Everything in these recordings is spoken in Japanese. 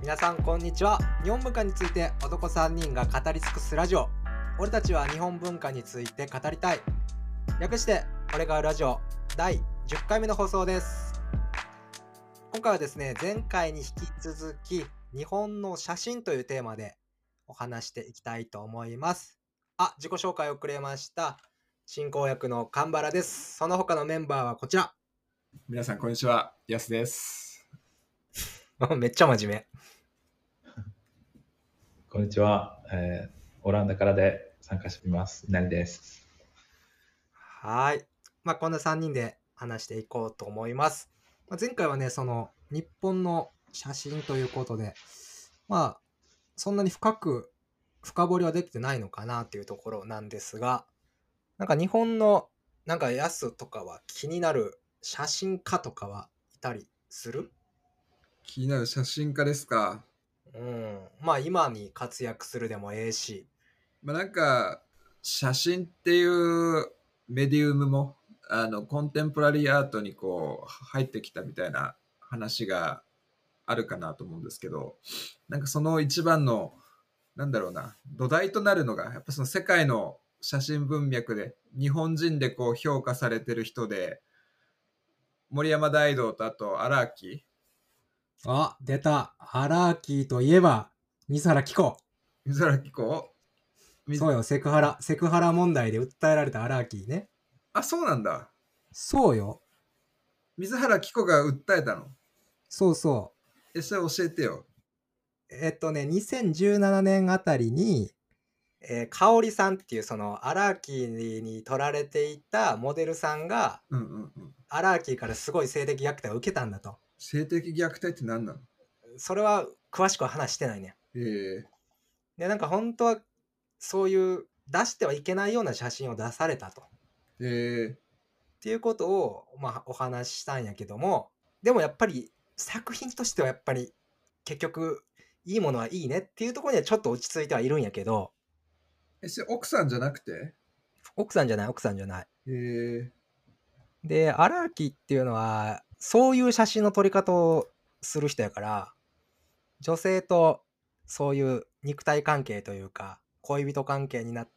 皆さんこんにちは。日本文化について男3人が語り尽くすラジオ。俺たちは日本文化について語りたい。略して俺がラジオ第10回目の放送です。今回はですね、前回に引き続き日本の写真というテーマでお話していきたいと思います。自己紹介遅れました。進行役の神原です。その他のメンバーはこちら。 皆さんこんにちは、やすです。 めっちゃ真面こんにちは、オランダからで参加しています。稲荷です。 目。はい。こんな3人で話していこうと思います。前回はね、その日本の写真ということで、そんなに深掘りはできてないのかなっていうところなんですが、なんか日本のやすとかは気になる写真家とかはいたりする？ 気になる写真家ですか。 今に活躍するでもええし。 写真っていうメディウムもコンテンポラリーアートにこう入ってきたみたいな話があるかなと思うんですけど、その一番の土台となるのがやっぱその世界の写真文脈で日本人でこう評価されてる人で、森山大道とあと荒木。 出た。荒木といえば水原希子。 水原希子。 そうよ、セクハラ問題で訴えられた荒木ね。 そうなんだ。 そうよ。 水原希子が訴えたの？ そうそう。 それ教えてよ。 2017年あたりに、香織さんっていうその荒木に撮られていたモデルさんが、荒木からすごい性的虐待を受けたんだと。 性的虐待って何なの？ それは詳しくは話してないね。で、本当はそういう出してはいけないような写真を出されたと。っていうことを、お話ししたんやけども、でもやっぱり作品としてはやっぱり結局いいものはいいねっていうところにはちょっと落ち着いてはいるんやけど。 それ奥さんじゃなくて？ 奥さんじゃない。で、荒木っていうのはそういう写真の撮り方をする人やから、女性とそういう肉体関係というか恋人関係になって、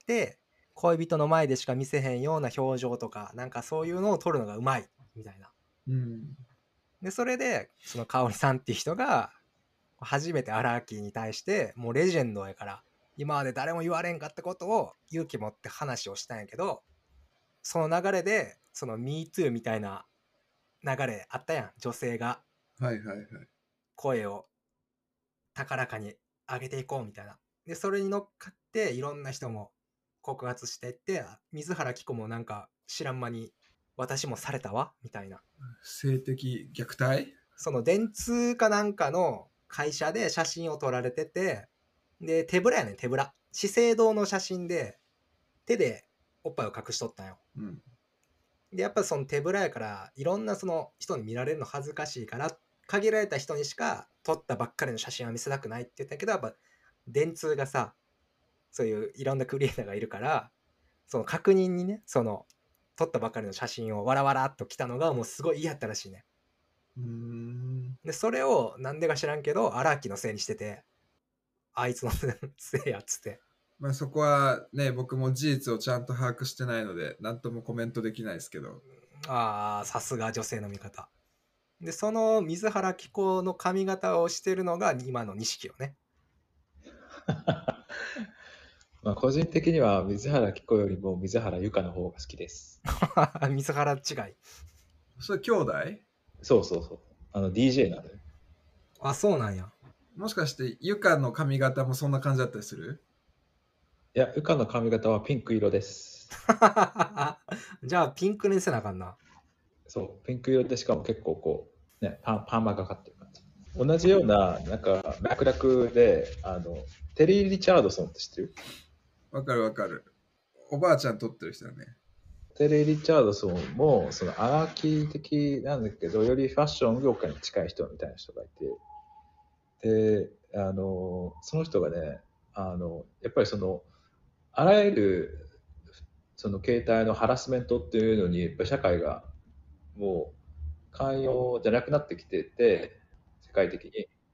恋人の前でしか見せへんような表情とかそういうのを撮るのがうまいみたいな。でそれでその香織さんっていう人が初めて荒木に対して、もうレジェンドやから今まで誰も言われんかったことを勇気持って話をしたんやけど、その流れでその MeToo みたいな流れあったやん。女性が声を高らかに上げていこうみたいな。でそれに乗っかっていろんな人も告発していって、水原希子も知らん間に私もされたわみたいな。 性的虐待？ その電通かなんかの会社で写真を撮られてて、で手ぶらやねん。手ぶら、資生堂の写真で手でおっぱいを隠しとったんよ。でやっぱその手ぶらやからいろんなその人に見られるの恥ずかしいから、限られた人にしか撮ったばっかりの写真は見せたくないって言ったけど、やっぱ電通がさ、そういういろんなクリエイターがいるから、その確認にね、その撮ったばっかりの写真をわらわらっと来たのがもうすごい嫌やったらしいね。でそれをなんでか知らんけど荒木のせいにしてて、あいつのせいやっつって。 そこはね、僕も事実をちゃんと把握してないので何ともコメントできないですけど。 さすが女性の味方で、その水原希子の髪型をしてるのが今の錦よね。 個人的には水原希子よりも水原由香の方が好きです。 水原違い。 それ兄弟？ そう。DJ なのよ。 そうなんや。 もしかして由香の髪型もそんな感じだったりする？ いや、由香の髪型はピンク色です。 じゃあピンクにせなあかんな。 そう、ピンク色でしかも結構こうね、パーマがかってる感じ。同じような脈絡でテリー・リチャードソンって知ってる？ わかる。おばあちゃん撮ってる人だね。 テリー・リチャードソンもそのアーキー的なんだけど、よりファッション業界に近い人みたいな人がいて、でその人がね、やっぱりそのあらゆるその形態のハラスメントっていうのにやっぱり社会がもう寛容じゃなくなってきてて、世界的に。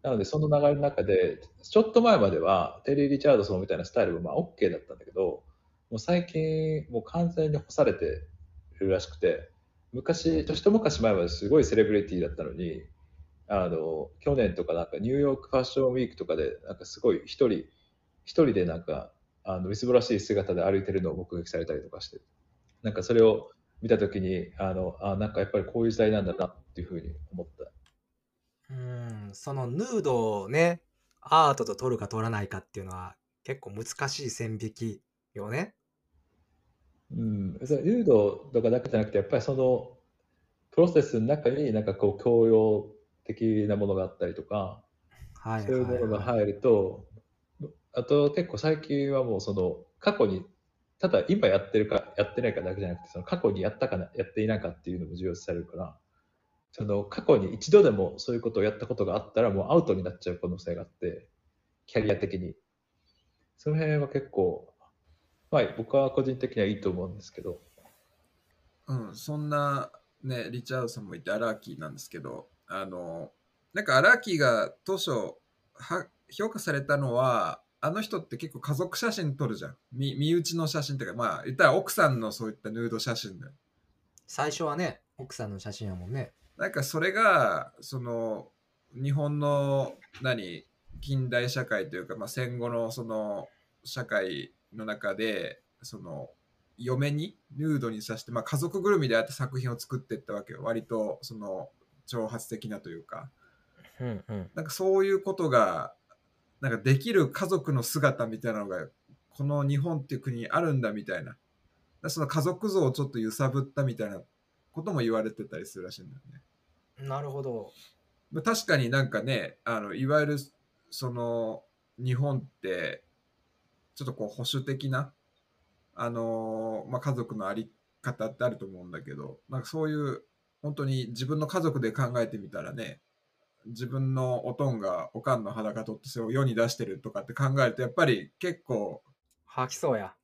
なので、その流れの中で、ちょっと前までは、テリー・リチャードソンみたいなスタイルもまあ OK だったんだけど、もう最近、もう完全に干されてるらしくて、昔、一昔前まですごいセレブリティだったのに、去年とかなんかニューヨークファッションウィークとかで、なんかすごい一人でなんか、みすぼらしい姿で歩いてるのを目撃されたりとかして、なんかそれを見たときに、なんかやっぱりこういう時代なんだなっていうふうに思った。 そのヌードをね、アートと取るか取らないかっていうのは結構難しい線引きよね。 うん、それヌードとかだけじゃなくて、やっぱりそのプロセスの中になんかこう教養的なものがあったりとか、 はいそういうもはいはい。 のが入ると、あと結構最近はもうその過去に、ただ今やってるかやってないかだけじゃなくて、その過去にやったかな、やっていないかっていうのも重要視されるから、その過去に一度でもそういうことをやったことがあったらもうアウトになっちゃう可能性があって、キャリア的に。その辺は結構、まあ僕は個人的にはいいと思うんですけど、 そんなね、リチャードさんもいてアラーキーなんですけど、なんかアラーキーが当初評価されたのは、あの人って結構家族写真撮るじゃん。身内の写真っていうか、まあ言ったら奥さんのそういったヌード写真で。 最初はね、奥さんの写真やもんね。 なんかそれが、その、日本の近代社会というか、まあ、戦後のその社会の中で、その、嫁にヌードにさして、まあ、家族ぐるみであって作品を作っていったわけよ。割とその挑発的なというか、 うんうん。 なんかそういうことがなんかできる家族の姿みたいなのがこの日本っていう国にあるんだみたいな、その家族像をちょっと揺さぶったみたいなことも言われてたりするらしいんだよね。 なるほど。 確かになんかね、いわゆるその日本ってちょっとこう保守的な、まあ、家族のあり方ってあると思うんだけど、なんかそういう本当に自分の家族で考えてみたらね、自分のおとんがおかんの裸取ってそれを世に出してるとかって考えるとやっぱり結構吐きそうや。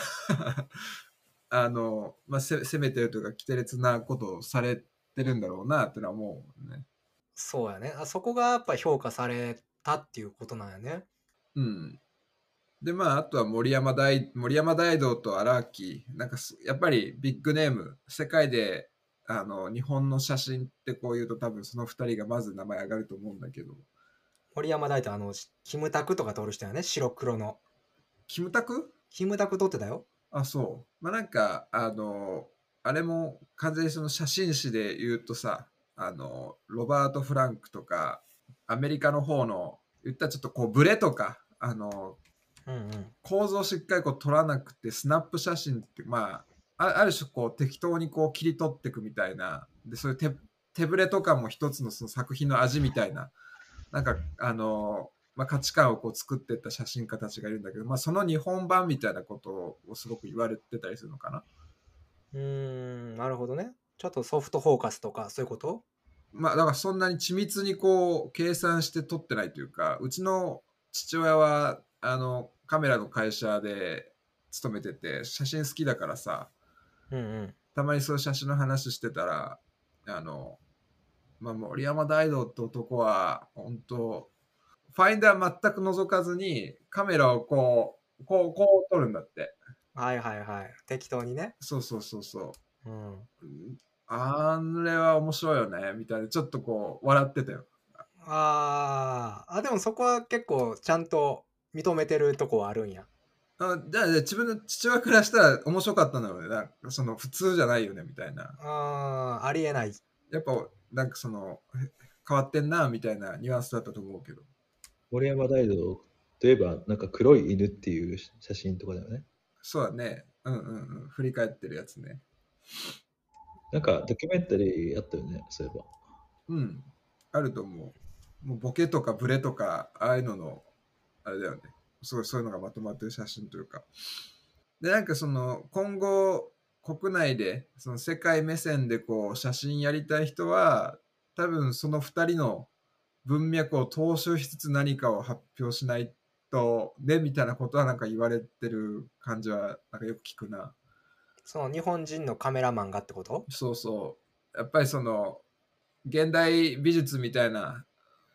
まあ、攻めてるというか奇烈なことをされてるんだろうなってのは思うね。 そうやね。そこがやっぱ評価されたっていうことなんやね。 うん。で、まあ、あとは森山大道と荒木、なんかやっぱりビッグネーム、世界で、日本の写真ってこう言うと多分その二人がまず名前上がると思うんだけど、 森山大とキムタクとか撮る人やね。白黒の。 キムタクキムタク撮ってたよ。 あ、そう。まあ、なんか、あれも完全にその写真誌で言うとさ、ロバート・フランクとか、アメリカの方の、言ったらちょっとこう、ブレとか、 うんうん。 構造をしっかりこう撮らなくて、スナップ写真って、まあ、ある種こう、適当にこう、切り取っていくみたいな、で、そういう手ぶれとかも一つのその作品の味みたいな、なんか、まあ、価値観をこう作っていった写真家たちがいるんだけど、まあ、その日本版みたいなことをすごく言われてたりするのかな。 なるほどね。ちょっとソフトフォーカスとかそういうこと？ まあ、だからそんなに緻密にこう計算して撮ってないというか、うちの父親はカメラの会社で勤めてて写真好きだからさ、 うんうん。 たまにそういう写真の話してたら、あの、まあ、森山大道って男は本当ファインダー全く覗かずにカメラをこう撮るんだって。 はいはいはい。適当にね。 そうそうそうそう。 うん。 あれは面白いよねみたいな、ちょっとこう笑ってたよ。 でもそこは結構ちゃんと認めてるとこはあるんや。 じゃあ自分の父親からしたら面白かったんだろうね。なんかその普通じゃないよねみたいな。 ありえない。 やっぱなんかその変わってんなみたいなニュアンスだったと思うけど。 森山大道といえば、なんか黒い犬っていう写真とかだよね。 そうだね。うんうんうん。振り返ってるやつね。 なんかドキュメンタリーあったよね、そういえば。 うん。あると思う。もうボケとかブレとか、ああいうのの、あれだよね。すごいそういうのがまとまってる写真というか。で、なんかその今後国内でその世界目線でこう写真やりたい人は多分その2人の文脈を踏襲しつつ何かを発表しないとねみたいなことはなんか言われてる感じはなんかよく聞くな。 その日本人のカメラマンがってこと？ そうそう。やっぱりその現代美術みたいな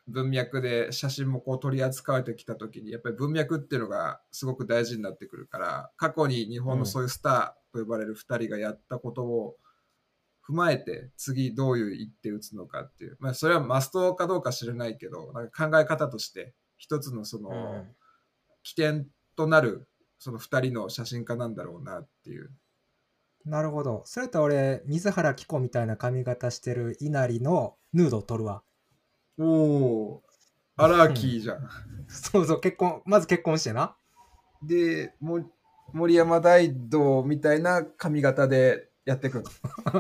文脈で写真もこう取り扱われてきたときに、やっぱり文脈っていうのがすごく大事になってくるから、過去に日本のそういうスターと呼ばれる2人がやったことを踏まえて、次どういう一手打つのかっていう、まあ、それはマストかどうか知らないけど、なんか考え方として一つのその起点となるその2人の写真家なんだろうなっていう。 なるほど。それと俺、水原希子みたいな髪型してる稲荷のヌードを撮るわ。 おお、アラーキーじゃん。 そうそう、まず結婚してな。 で、森山大道みたいな髪型でやっていくの。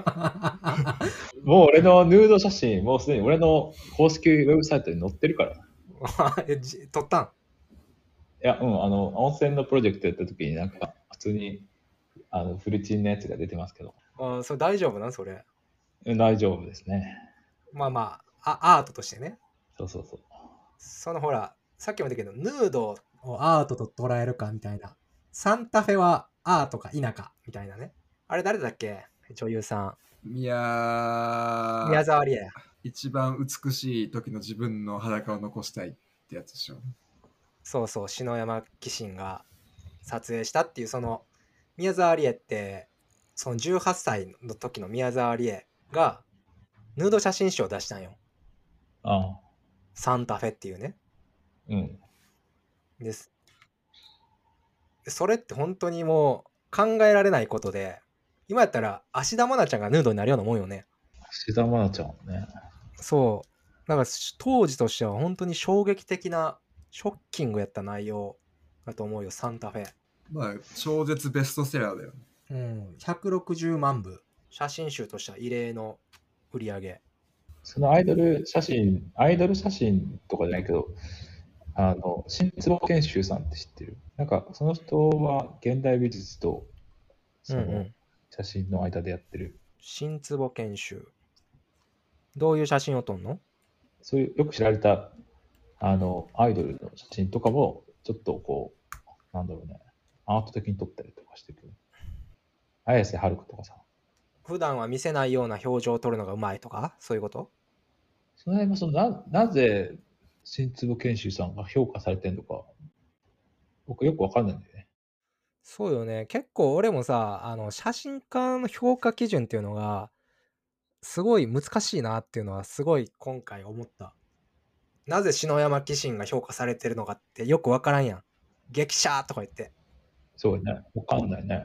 もう俺のヌード写真、もうすでに俺の公式ウェブサイトに載ってるから。 撮ったん？ いや、温泉のプロジェクトやった時になんか、普通に、フルチンのやつが出てますけど。 それ大丈夫なんそれ？ 大丈夫ですね。 まあ、アートとしてね。 そうそうそう。 そのほら、さっきも言ったけど、ヌードをアートと捉えるかみたいな。サンタフェはアートか否かみたいなね。あれ誰だっけ？女優さん。宮沢りえ。 一番美しい時の自分の裸を残したいってやつでしょ。 そうそう、篠山紀信が撮影したっていう、その宮沢りえって、その18歳の時の宮沢りえがヌード写真集を出したんよ。サンタフェっていうね。です。それって本当にもう考えられないことで、今やったら芦田愛菜ちゃんがヌードになるようなもんよね。 芦田愛菜ちゃんね。 そう。だから当時としては本当に衝撃的なショッキングやった内容だと思うよ、サンタフェ。 まあ、超絶ベストセラーだよね。160万部。写真集としては異例の売り上げ。 そのアイドル写真とかじゃないけど、新坪賢秀さんって知ってる？なんかその人は現代美術とその写真の間でやってる。 新坪賢秀。どういう写真を撮んの？ そういうよく知られたアイドルの写真とかもちょっとこうなんだろうね、アート的に撮ったりとかしてくる。綾瀬はるかとかさ。 普段は見せないような表情を撮るのがうまいとかそういうこと？ その辺もなぜ新坪賢秀さんが評価されてるのか僕よくわかんないんだよね。 そうよね。結構俺もさ、写真家の評価基準っていうのがすごい難しいなっていうのはすごい今回思った。なぜ篠山紀信が評価されてるのかってよくわからんやん。激写とか言って。 そうね。わかんないね。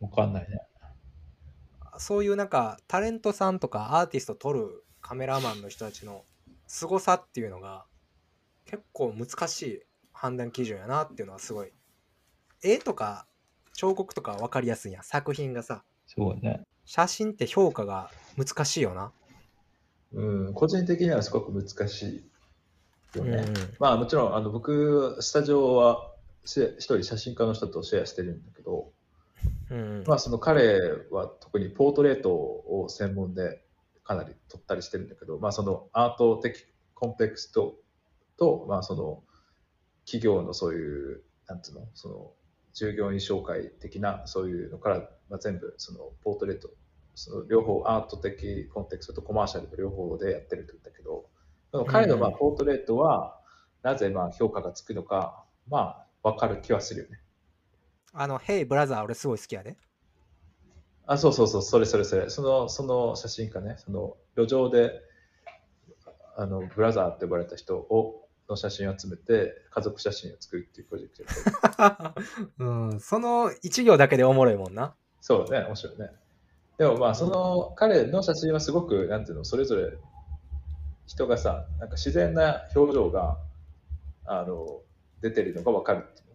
そういうなんかタレントさんとかアーティスト撮るカメラマンの人たちの凄さっていうのが結構難しい判断基準やなっていうのはすごい。絵とか彫刻とか分かりやすいやん、作品がさ。 そうね。 写真って評価が難しいよな。 個人的にはすごく難しいよね。 うんまあもちろん僕スタジオは一人写真家の人とシェアしてるんだけど、まあその彼は特にポートレートを専門でかなり撮ったりしてるんだけど、まあそのアート的コンテクストと、まあその企業のそういうなんていうの、その従業員紹介的なそういうのから、まあ、全部そのポートレート、その両方アート的コンテクストとコマーシャルと両方でやってるって言ったけど、その彼のまあポートレートはなぜまあ評価がつくのか、まあ分かる気はするよね。 ヘイブラザー俺すごい好きやで。 そう、それ。その写真家ね、その路上でブラザーって呼ばれた人の写真を集めて家族写真を作るっていうプロジェクトやってる。その一行だけでおもろいもんな。 そうね、面白いね。でもまあその彼の写真はすごくなんていうの、それぞれ人がさ、なんか自然な表情が出てるのが分かるっていう。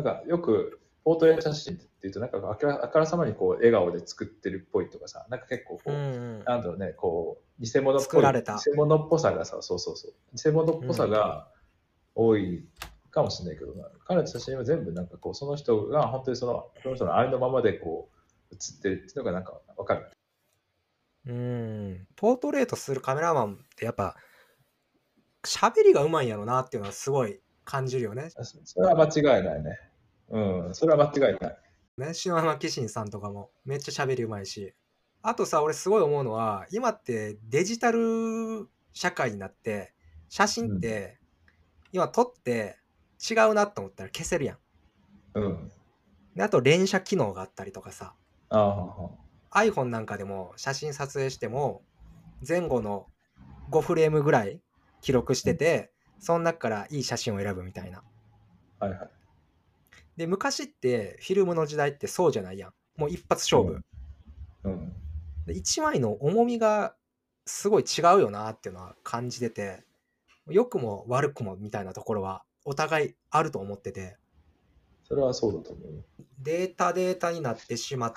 なんかよくポートレート写真っていうとなんかあからさまにこう笑顔で作ってるっぽいとかさ、なんか結構こう、なんだろうね、こう偽物っぽい、偽物っぽさがさ、そう偽物っぽさが多いかもしれないけどな、彼の写真は全部なんかこうその人が本当にその人のありのままでこう写ってるっていうのがなんか分かる。 ポートレートするカメラマンってやっぱ喋りがうまいんやろなっていうのはすごい感じるよね。 それは間違いないね。それは間違いない。 ね、篠山紀信さんとかもめっちゃ喋りうまいし。あとさ、俺すごい思うのは、今ってデジタル社会になって、写真って今撮って違うなと思ったら消せるやん。 うん。 であと連写機能があったりとかさ、 ああ、 iPhone なんかでも写真撮影しても前後の5フレームぐらい記録してて、その中からいい写真を選ぶみたいな。 はいはい。 で昔ってフィルムの時代ってそうじゃないやん。もう一発勝負。 うん。 で1枚の重みがすごい違うよなっていうのは感じてて、良くも悪くもみたいなところはお互いあると思ってて、 それはそうだと思う。 データになってしまって、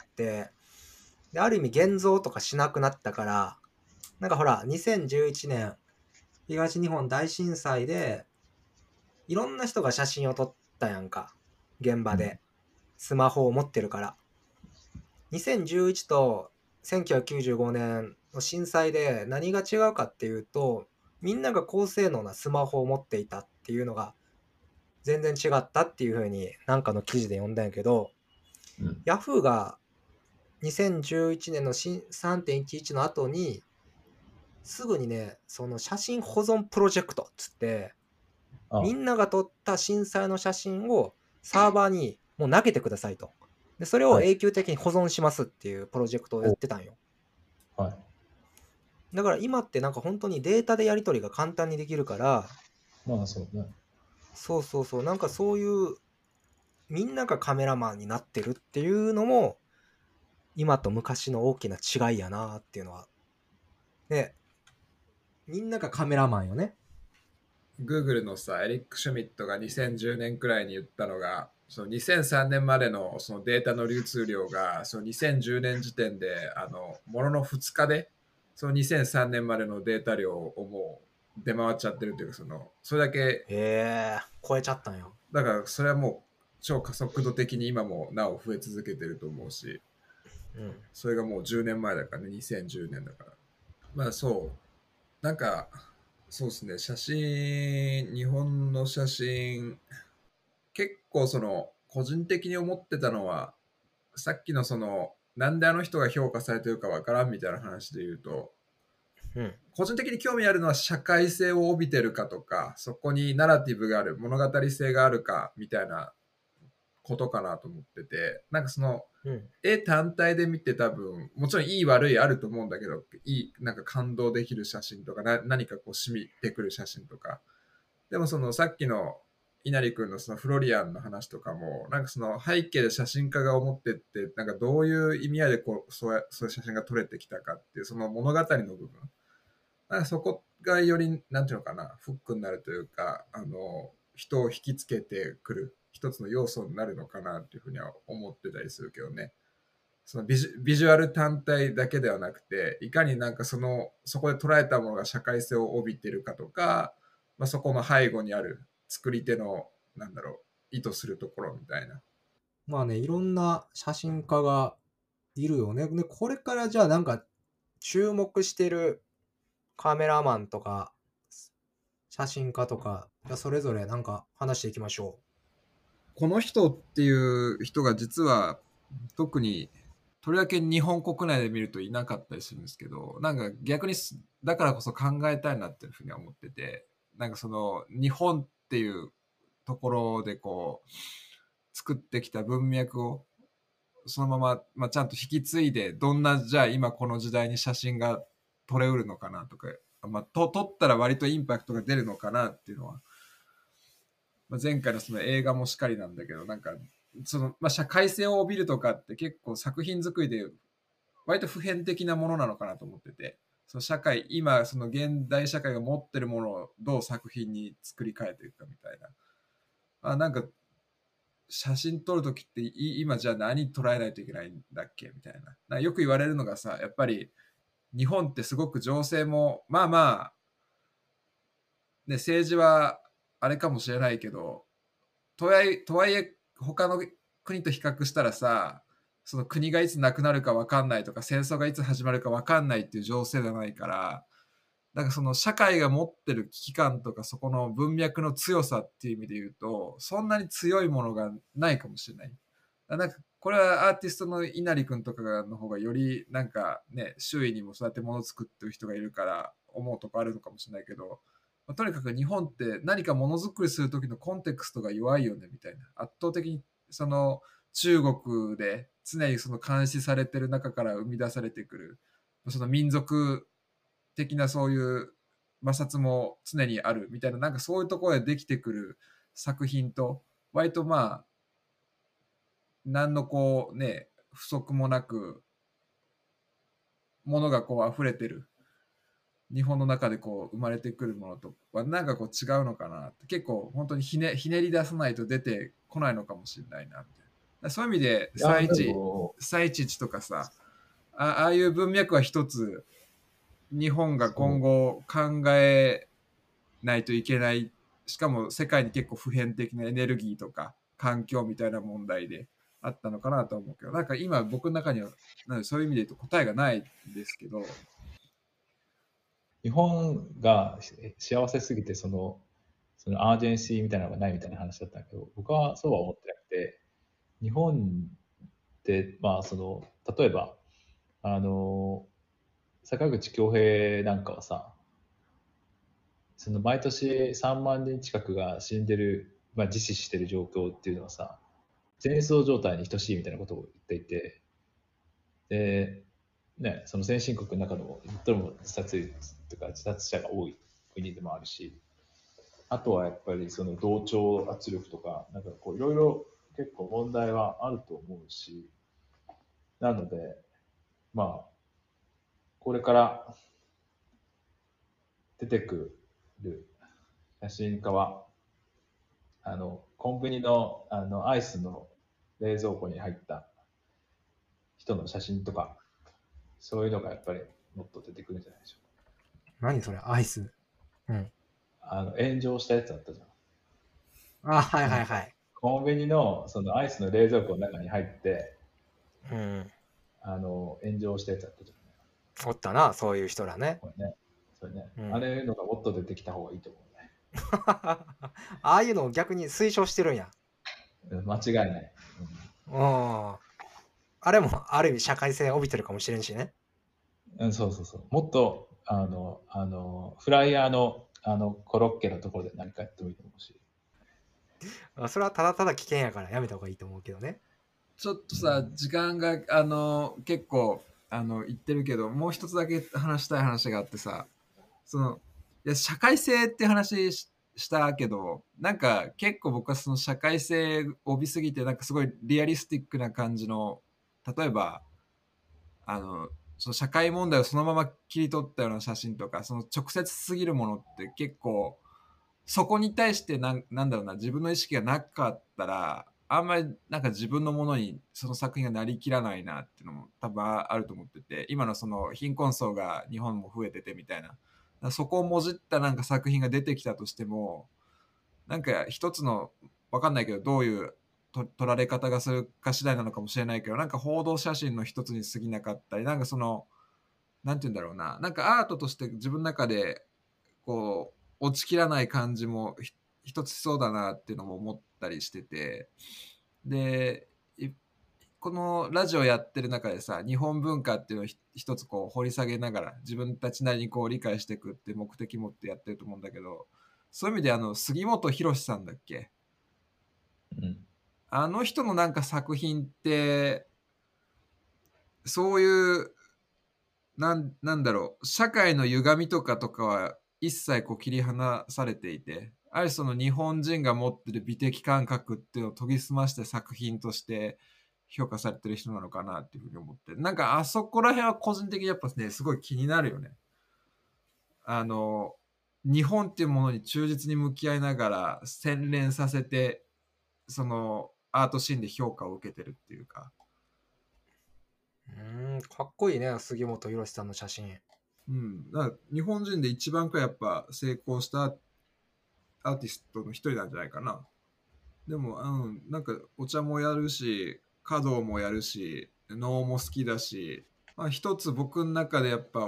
である意味現像とかしなくなったから、なんかほら2011年東日本大震災でいろんな人が写真を撮ったやんか、現場でスマホを持ってるから。2011と1995年の震災で何が違うかっていうと、みんなが高性能なスマホを持っていたっていうのが全然違ったっていう風になんかの記事で読んだんやけど、 うん。 ヤフーが2011年の3.11 の後にすぐにね、その写真保存プロジェクトっつって、 あみんなが撮った震災の写真をサーバーにもう投げてくださいと。でそれを永久的に保存しますっていうプロジェクトをやってたんよ。 はい。 だから今ってなんか本当にデータでやり取りが簡単にできるから、 まあそうね。 そうそうそう、なんかそういうみんながカメラマンになってるっていうのも今と昔の大きな違いやなっていうのは。で、みんながカメラマンよね。 Google のさ、エリック・シュミットが2010年くらいに言ったのが、その2003年までのそのデータの流通量が、その2010年時点で、ものの2日で、その2003年までのデータ量をもう出回っちゃってるというか、それだけ、 超えちゃったんよ。 だからそれはもう超加速度的に今もなお増え続けてると思うし、 うん。 それがもう10年前だからね、2010年だから。まあそう、なんか、そうですね、写真、日本の写真、結構個人的に思ってたのは、さっきのなんであの人が評価されてるかわからんみたいな話で言うと、 うん。 個人的に興味あるのは社会性を帯びてるかとか、そこにナラティブがある、物語性があるかみたいなことかなと思ってて、なんかうん。 絵単体で見て多分、もちろんいい悪いあると思うんだけど、なんか感動できる写真とか、何かこう染みてくる写真とか。でもさっきの稲荷君のそのフロリアンの話とかも、なんか背景で写真家が思ってって、なんかどういう意味合いでそういう写真が撮れてきたかっていう、その物語の部分。なんかそこがより、なんていうのかな、フックになるというか、人を引きつけてくる一つの要素になるのかなっていうふうには思ってたりするけどね。そのビジュアル単体だけではなくて、いかになんかそこで捉えたものが社会性を帯びてるかとか、まあ、そこの背後にある作り手の、なんだろう、意図するところみたいな。 まあね、いろんな写真家がいるよね。で、これからじゃあなんか注目してるカメラマンとか写真家とか、それぞれなんか話していきましょこの人っていう人が実は特にとりわけ日本国内で見るといなかったりするんですけど、なんか逆にだからこそ考えたいなっていうふうに思ってて、なんか日本っていうところでこう作ってきた文脈をそのまま、まあ、ちゃんと引き継いで、どんなじゃあ今この時代に写真が撮れうるのかなとか、まあ、撮ったら割とインパクトが出るのかなっていうのは、まあ、前回のその映画もしかりなんだけど、なんかまあ、社会性を帯びるとかって結構作品作りで割と普遍的なものなのかなと思ってて、その社会、今その現代社会が持ってるものをどう作品に作り変えていくかみたいな。なんか写真撮るときって今じゃあ何捉えないといけないんだっけみたいな。なんかよく言われるのがさ、やっぱり日本ってすごく情勢もまあまあ、ね、政治はあれかもしれないけど、とはいえ他の国と比較したらさ、その国がいつなくなるか分かんないとか、戦争がいつ始まるか分かんないっていう情勢じゃないから、なんかその社会が持ってる危機感とか、そこの文脈の強さっていう意味で言うと、そんなに強いものがないかもしれない。なんかこれはアーティストの稲荷君とかの方がよりなんかね、周囲にもそうやってものを作ってる人がいるから思うとこあるのかもしれないけど、 とにかく日本って何かものづくりする時のコンテクストが弱いよねみたいな、圧倒的にその中国で常にその監視されてる中から生み出されてくるその民族的なそういう摩擦も常にあるみたいな、なんかそういうところでできてくる作品と割とまあ何のこうね不足もなくものがこう溢れてる日本の中でこう生まれてくるものとはなんかこう違うのかなって、結構本当にひねり出さないと出てこないのかもしれないなみたいな。そういう意味でいや、でも、 311とかさ、ああいう文脈は一つ日本が今後考えないといけない、しかも世界に結構普遍的なエネルギーとか環境みたいな問題であったのかなと思うけど、なんか今僕の中にはなんかそういう意味で言うと答えがないんですけど、 日本が幸せすぎてそのアージェンシーみたいなのがないみたいな話だったんだけど、僕はそうは思ってなくて、日本ってまあ例えば坂口恭平なんかはさ、その毎年3万人近くが死んでる、まあ、自死してる状況っていうのはさ、戦争状態に等しいみたいなことを言っていて、で、ね、その先進国の中でも最も自殺率とか自殺者が多い国でもあるし、あとはやっぱりその同調圧力とか、なんかこういろいろ結構問題はあると思うし、なので、まあ、これから出てくる写真家は、コンビニのアイスの冷蔵庫に入った人の写真とか、そういうのがやっぱりもっと出てくるんじゃないでしょうか。 何それ、アイス。うん。 炎上したやつあったじゃん。 あ、はいはいはい。 コンビニのそのアイスの冷蔵庫の中に入って、 うん。 炎上したやつあったじゃん。 おったな、そういう人らね。 これね。それね、 うんあれのがもっと出てきた方がいいと思うね。 ああいうのを逆に推奨してるんや。 間違いない。 うん。あれもある意味社会性を帯びてるかもしれんしね。 そうそうそう。もっと、フライヤーの、コロッケのところで何かやってもいいと思うし。 それはただただ危険やからやめた方がいいと思うけどね。 ちょっとさ、時間が結構言ってるけど、もう一つだけ話したい話があってさ、いや社会性って話したけど、なんか結構僕はその社会性を帯びすぎて、なんかすごいリアリスティックな感じの、例えばその社会問題をそのまま切り取ったような写真とか、その直接すぎるものって結構そこに対してなんだろうな、自分の意識がなかったらあんまりなんか自分のものにその作品がなりきらないなっていうのも多分あると思ってて、今のその貧困層が日本も増えててみたいな、そこをもじったなんか作品が出てきたとしても、なんか一つの分かんないけどどういう撮られ方がするか次第なのかもしれないけど、なんか報道写真の一つに過ぎなかったり、なんかそのなんて言うんだろうな、なんかアートとして自分の中でこう落ちきらない感じも一つしそうだなっていうのも思ったりしてて、でこのラジオやってる中でさ、日本文化っていうのを一つこう掘り下げながら自分たちなりにこう理解していくって目的持ってやってると思うんだけど、そういう意味で杉本博さんだっけ、 うん。 あの人のなんか作品ってそういうなんだろう、社会の歪みとかは一切こう切り離されていて、あるその日本人が持ってる美的感覚っていうのを研ぎ澄まして作品として評価されてる人なのかなっていうふうに思って、なんかあそこら辺は個人的にやっぱねすごい気になるよね。日本っていうものに忠実に向き合いながら洗練させてそのアートシーンで評価を受けてるっていうか、 かっこいいね、杉本博さんの写真。 だから日本人で一番やっぱ成功したアーティストの一人なんじゃないかな。でも、なんかお茶もやるし、華道もやるし、能も好きだし、まあ、一つ僕の中でやっぱ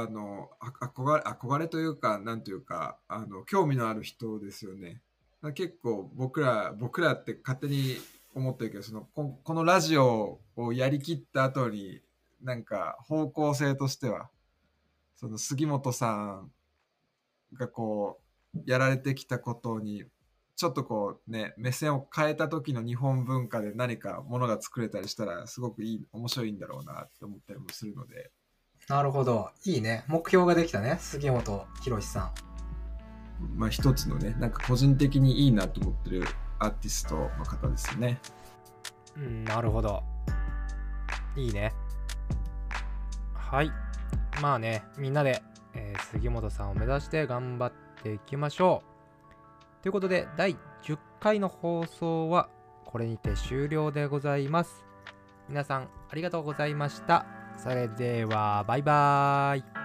憧れというか、なんというか、興味のある人ですよね。結構僕らって勝手に思ってるけど、このラジオをやりきった後に、なんか方向性としては、その杉本さんがこやられてきたことにちょっとこうね目線を変えた時の日本文化で何かものが作れたりしたらすごく面白いんだろうなって思ったりもするので。 なるほど。いいね。目標ができたね。杉本博さん。 まあ一つのね、なんか個人的にいいなと思ってるアーティストの方ですよね。 なるほど。いいね。はい。まあね、みんなで、杉本さんを目指して頑張っていきましょう。ということで、第10回の放送はこれにて終了でございます。皆さんありがとうございました。それでは、バイバーイ。